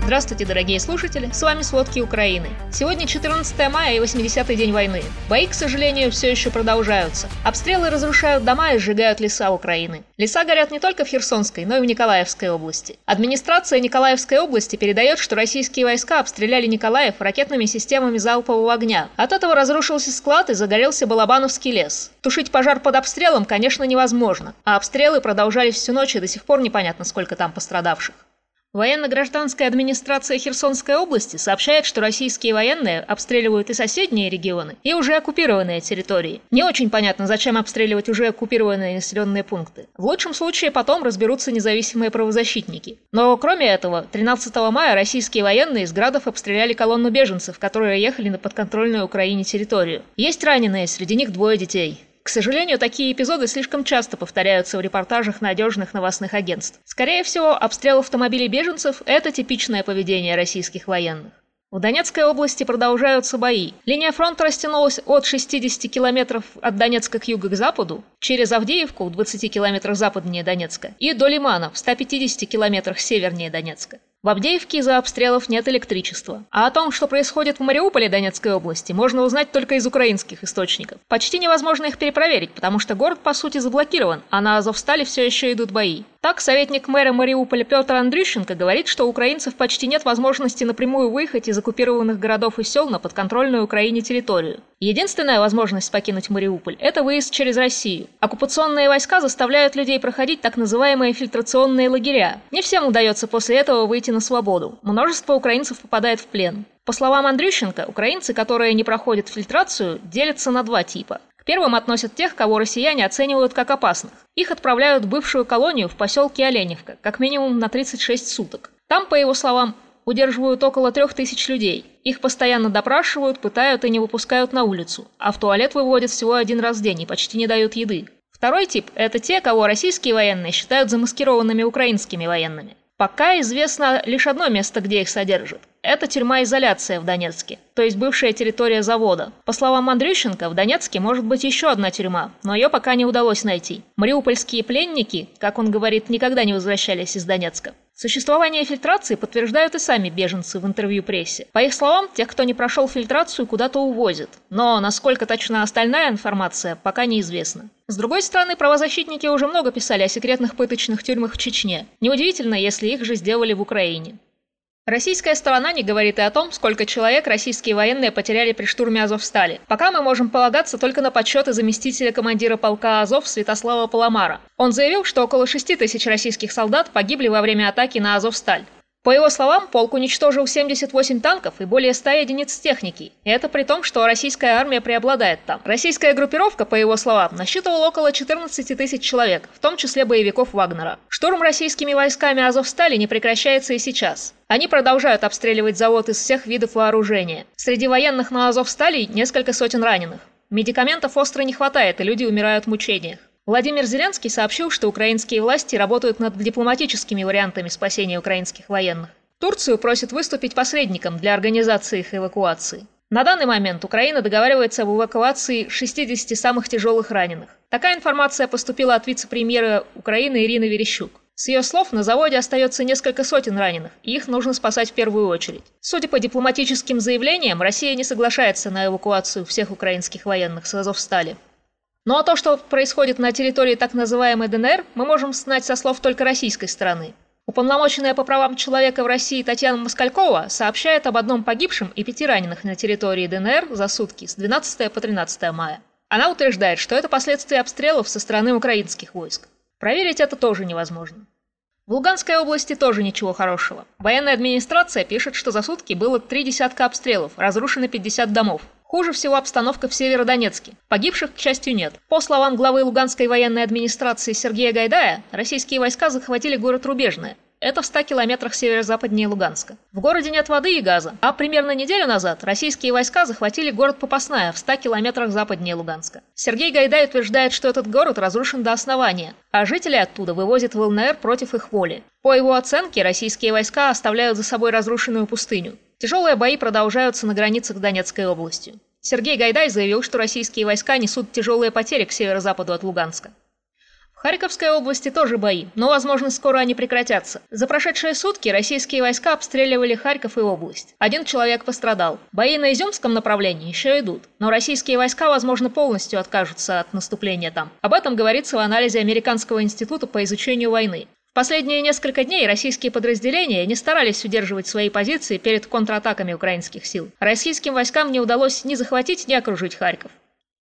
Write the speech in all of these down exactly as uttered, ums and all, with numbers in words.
Здравствуйте, дорогие слушатели, с вами «Сводки Украины». Сегодня четырнадцатое мая и восьмидесятый день войны. Бои, к сожалению, все еще продолжаются. Обстрелы разрушают дома и сжигают леса Украины. Леса горят не только в Херсонской, но и в Николаевской области. Администрация Николаевской области передает, что российские войска обстреляли Николаев ракетными системами залпового огня. От этого разрушился склад и загорелся Балабановский лес. Тушить пожар под обстрелом, конечно, невозможно, а обстрелы продолжались всю ночь и до сих пор непонятно, сколько там пострадавших. Военно-гражданская администрация Херсонской области сообщает, что российские военные обстреливают и соседние регионы, и уже оккупированные территории. Не очень понятно, зачем обстреливать уже оккупированные населенные пункты. В лучшем случае потом разберутся независимые правозащитники. Но кроме этого, тринадцатого мая российские военные из градов обстреляли колонну беженцев, которые ехали на подконтрольную Украине территорию. Есть раненые, среди них двое детей. К сожалению, такие эпизоды слишком часто повторяются в репортажах надежных новостных агентств. Скорее всего, обстрел автомобилей беженцев – это типичное поведение российских военных. В Донецкой области продолжаются бои. Линия фронта растянулась от шестидесяти километров от Донецка к югу к западу, через Авдеевку в двадцати километрах западнее Донецка и до Лимана в ста пятидесяти километрах севернее Донецка. В Авдеевке из-за обстрелов нет электричества. А о том, что происходит в Мариуполе Донецкой области, можно узнать только из украинских источников. Почти невозможно их перепроверить, потому что город по сути заблокирован, а на Азовстали все еще идут бои. Так, советник мэра Мариуполя Петр Андрющенко говорит, что у украинцев почти нет возможности напрямую выехать из оккупированных городов и сел на подконтрольную Украине территорию. Единственная возможность покинуть Мариуполь – это выезд через Россию. Оккупационные войска заставляют людей проходить так называемые фильтрационные лагеря. Не всем удается после этого выйти на свободу. Множество украинцев попадает в плен. По словам Андрющенко, украинцы, которые не проходят фильтрацию, делятся на два типа. К первым относят тех, кого россияне оценивают как опасных. Их отправляют в бывшую колонию в поселке Оленевка, как минимум на тридцать шесть суток. Там, по его словам, удерживают около трех тысяч людей. Их постоянно допрашивают, пытают и не выпускают на улицу, а в туалет выводят всего один раз в день и почти не дают еды. Второй тип – это те, кого российские военные считают замаскированными украинскими военными. Пока известно лишь одно место, где их содержат. Это тюрьма-изоляция в Донецке, то есть бывшая территория завода. По словам Андрющенко, в Донецке может быть еще одна тюрьма, но ее пока не удалось найти. Мариупольские пленники, как он говорит, никогда не возвращались из Донецка. Существование фильтрации подтверждают и сами беженцы в интервью прессе. По их словам, тех, кто не прошел фильтрацию, куда-то увозят. Но насколько точна остальная информация, пока неизвестно. С другой стороны, правозащитники уже много писали о секретных пыточных тюрьмах в Чечне. Неудивительно, если их же сделали в Украине. Российская сторона не говорит и о том, сколько человек российские военные потеряли при штурме Азовстали. Пока мы можем полагаться только на подсчеты заместителя командира полка Азов Святослава Паламара. Он заявил, что около шести тысяч российских солдат погибли во время атаки на Азовсталь. По его словам, полк уничтожил семьдесят восемь танков и более ста единиц техники. И это при том, что российская армия преобладает там. Российская группировка, по его словам, насчитывала около четырнадцати тысяч человек, в том числе боевиков Вагнера. Штурм российскими войсками Азовстали не прекращается и сейчас. Они продолжают обстреливать завод из всех видов вооружения. Среди военных на Азовстали несколько сотен раненых. Медикаментов остро не хватает, и люди умирают в мучениях. Владимир Зеленский сообщил, что украинские власти работают над дипломатическими вариантами спасения украинских военных. Турцию просят выступить посредником для организации их эвакуации. На данный момент Украина договаривается об эвакуации шестидесяти самых тяжелых раненых. Такая информация поступила от вице-премьера Украины Ирины Верещук. С ее слов, на заводе остается несколько сотен раненых, и их нужно спасать в первую очередь. Судя по дипломатическим заявлениям, Россия не соглашается на эвакуацию всех украинских военных с Азовстали. Ну а то, что происходит на территории так называемой ДНР, мы можем знать со слов только российской стороны. Уполномоченная по правам человека в России Татьяна Москалькова сообщает об одном погибшем и пяти раненых на территории ДНР за сутки с двенадцатого по тринадцатое мая. Она утверждает, что это последствия обстрелов со стороны украинских войск. Проверить это тоже невозможно. В Луганской области тоже ничего хорошего. Военная администрация пишет, что за сутки было три десятка обстрелов, разрушены пятьдесят домов. Хуже всего обстановка в Северодонецке. Погибших, к счастью, нет. По словам главы Луганской военной администрации Сергея Гайдая, российские войска захватили город Рубежное. Это в ста километрах северо-западнее Луганска. В городе нет воды и газа, а примерно неделю назад российские войска захватили город Попасная в ста километрах западнее Луганска. Сергей Гайдай утверждает, что этот город разрушен до основания, а жители оттуда вывозят в ЛНР против их воли. По его оценке, российские войска оставляют за собой разрушенную пустыню. Тяжелые бои продолжаются на границах с Донецкой областью. Сергей Гайдай заявил, что российские войска несут тяжелые потери к северо-западу от Луганска. В В Харьковской области тоже бои, но, возможно, скоро они прекратятся. За прошедшие сутки российские войска обстреливали Харьков и область. Один человек пострадал. Бои на Изюмском направлении еще идут, но российские войска, возможно, полностью откажутся от наступления там. Об этом говорится в анализе Американского института по изучению войны. В последние несколько дней российские подразделения не старались удерживать свои позиции перед контратаками украинских сил. Российским войскам не удалось ни захватить, ни окружить Харьков.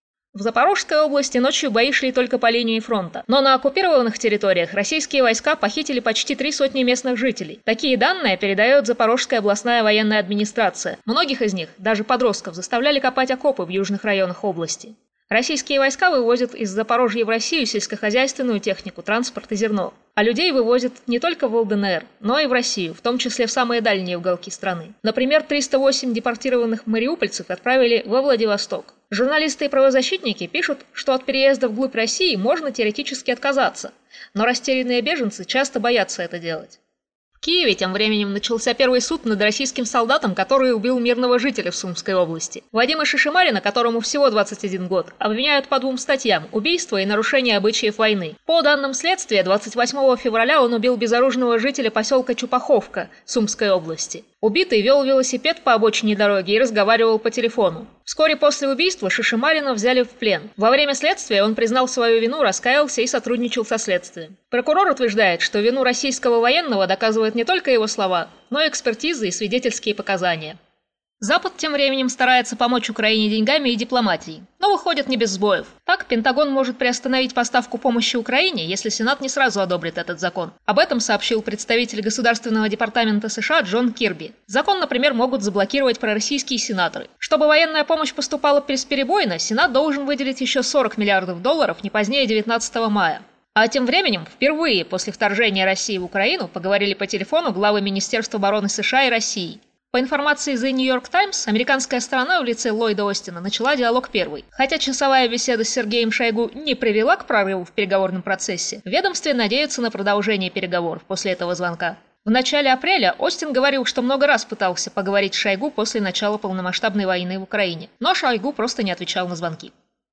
В Запорожской области ночью бои шли только по линии фронта, но на оккупированных территориях российские войска похитили почти три сотни местных жителей. Такие данные передает Запорожская областная военная администрация. Многих из них, даже подростков, заставляли копать окопы в южных районах области. Российские войска вывозят из Запорожья в Россию сельскохозяйственную технику, транспорт и зерно. А людей вывозят не только в ЛДНР, но и в Россию, в том числе в самые дальние уголки страны. Например, триста восемь депортированных мариупольцев отправили во Владивосток. Журналисты и правозащитники пишут, что от переезда вглубь России можно теоретически отказаться, но растерянные беженцы часто боятся это делать. В Киеве тем временем начался первый суд над российским солдатом, который убил мирного жителя в Сумской области. Вадима Шишимарина, которому всего двадцать один год, обвиняют по двум статьям – убийство и нарушение обычаев войны. По данным следствия, двадцать восьмого февраля он убил безоружного жителя поселка Чупаховка Сумской области. Убитый вел велосипед по обочине дороги и разговаривал по телефону. Вскоре после убийства Шишимарина взяли в плен. Во время следствия он признал свою вину, раскаялся и сотрудничал со следствием. Прокурор утверждает, что вину российского военного доказывают не только его слова, но и экспертизы и свидетельские показания. Запад тем временем старается помочь Украине деньгами и дипломатией, но выходит не без сбоев. Так, Пентагон может приостановить поставку помощи Украине, если Сенат не сразу одобрит этот закон. Об этом сообщил представитель Государственного департамента США Джон Кирби. Закон, например, могут заблокировать пророссийские сенаторы. Чтобы военная помощь поступала бесперебойно, Сенат должен выделить еще сорок миллиардов долларов не позднее девятнадцатого мая. А тем временем, впервые после вторжения России в Украину поговорили по телефону главы Министерства обороны США и России. По информации The New York Times, американская сторона в лице Ллойда Остина начала диалог первой. Хотя часовая беседа с Сергеем Шойгу не привела к прорыву в переговорном процессе, в ведомстве надеются на продолжение переговоров после этого звонка. В начале апреля Остин говорил, что много раз пытался поговорить с Шойгу после начала полномасштабной войны в Украине, но Шойгу просто не отвечал на звонки.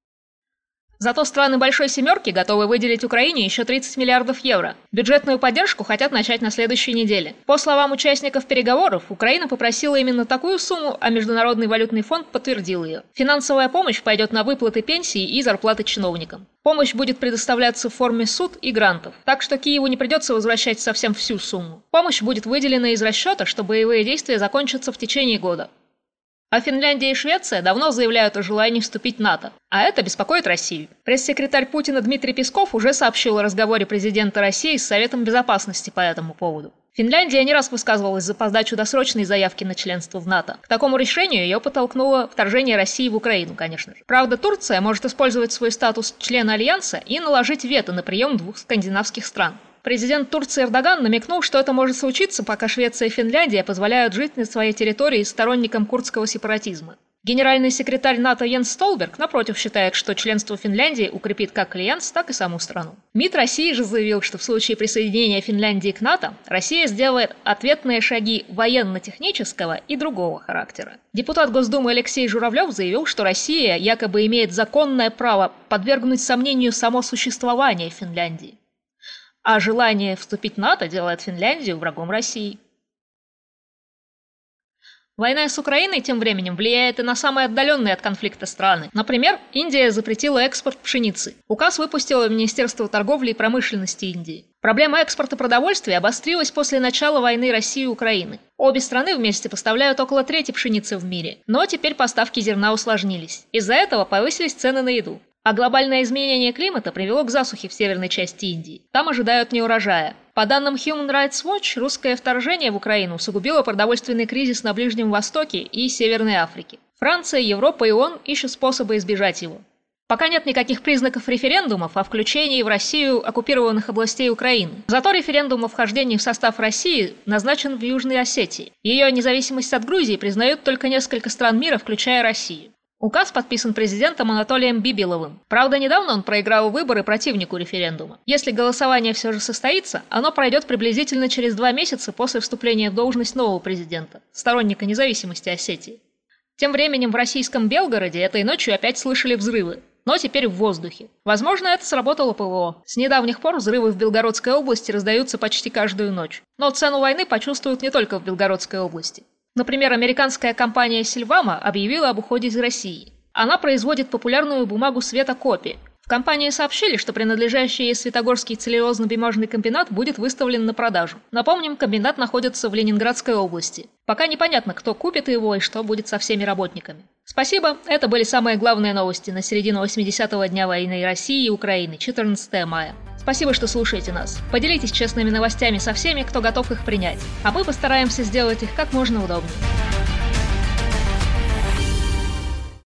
Зато страны Большой Семерки готовы выделить Украине еще тридцать миллиардов евро. Бюджетную поддержку хотят начать на следующей неделе. По словам участников переговоров, Украина попросила именно такую сумму, а Международный валютный фонд подтвердил ее. Финансовая помощь пойдет на выплаты пенсий и зарплаты чиновникам. Помощь будет предоставляться в форме суд и грантов, так что Киеву не придется возвращать совсем всю сумму. Помощь будет выделена из расчета, что боевые действия закончатся в течение года. А Финляндия и Швеция давно заявляют о желании вступить в НАТО, а это беспокоит Россию. Пресс-секретарь Путина Дмитрий Песков уже сообщил о разговоре президента России с Советом Безопасности по этому поводу. Финляндия не раз высказывалась за подачу досрочной заявки на членство в НАТО. К такому решению ее подтолкнуло вторжение России в Украину, конечно же. Правда, Турция может использовать свой статус члена Альянса и наложить вето на прием двух скандинавских стран. Президент Турции Эрдоган намекнул, что это может случиться, пока Швеция и Финляндия позволяют жить на своей территории сторонникам курдского сепаратизма. Генеральный секретарь НАТО Йенс Столберг, напротив, считает, что членство Финляндии укрепит как альянс, так и саму страну. МИД России же заявил, что в случае присоединения Финляндии к НАТО Россия сделает ответные шаги военно-технического и другого характера. Депутат Госдумы Алексей Журавлев заявил, что Россия якобы имеет законное право подвергнуть сомнению само существование Финляндии. А желание вступить в НАТО делает Финляндию врагом России. Война с Украиной тем временем влияет и на самые отдаленные от конфликта страны. Например, Индия запретила экспорт пшеницы. Указ выпустило Министерство торговли и промышленности Индии. Проблема экспорта продовольствия обострилась после начала войны России и Украины. Обе страны вместе поставляют около трети пшеницы в мире, но теперь поставки зерна усложнились. Из-за этого повысились цены на еду. А глобальное изменение климата привело к засухе в северной части Индии. Там ожидают неурожая. По данным Human Rights Watch, русское вторжение в Украину усугубило продовольственный кризис на Ближнем Востоке и Северной Африке. Франция, Европа и ООН ищут способы избежать его. Пока нет никаких признаков референдумов о включении в Россию оккупированных областей Украины. Зато референдум о вхождении в состав России назначен в Южной Осетии. Ее независимость от Грузии признают только несколько стран мира, включая Россию. Указ подписан президентом Анатолием Бибиловым. Правда, недавно он проиграл выборы противнику референдума. Если голосование все же состоится, оно пройдет приблизительно через два месяца после вступления в должность нового президента, сторонника независимости Осетии. Тем временем в российском Белгороде этой ночью опять слышали взрывы. но теперь в воздухе. Возможно, это сработало ПВО. С недавних пор взрывы в Белгородской области раздаются почти каждую ночь. Но цену войны почувствуют не только в Белгородской области. Например, американская компания Сильвама объявила об уходе из России. Она производит популярную бумагу светокопи. В компании сообщили, что принадлежащий ей Светогорский целлюлозно-бумажный комбинат будет выставлен на продажу. Напомним, комбинат находится в Ленинградской области. Пока непонятно, кто купит его и что будет со всеми работниками. Спасибо, это были самые главные новости на середину восьмидесятого дня войны России и Украины, четырнадцатое мая. Спасибо, что слушаете нас. Поделитесь честными новостями со всеми, кто готов их принять. А мы постараемся сделать их как можно удобнее.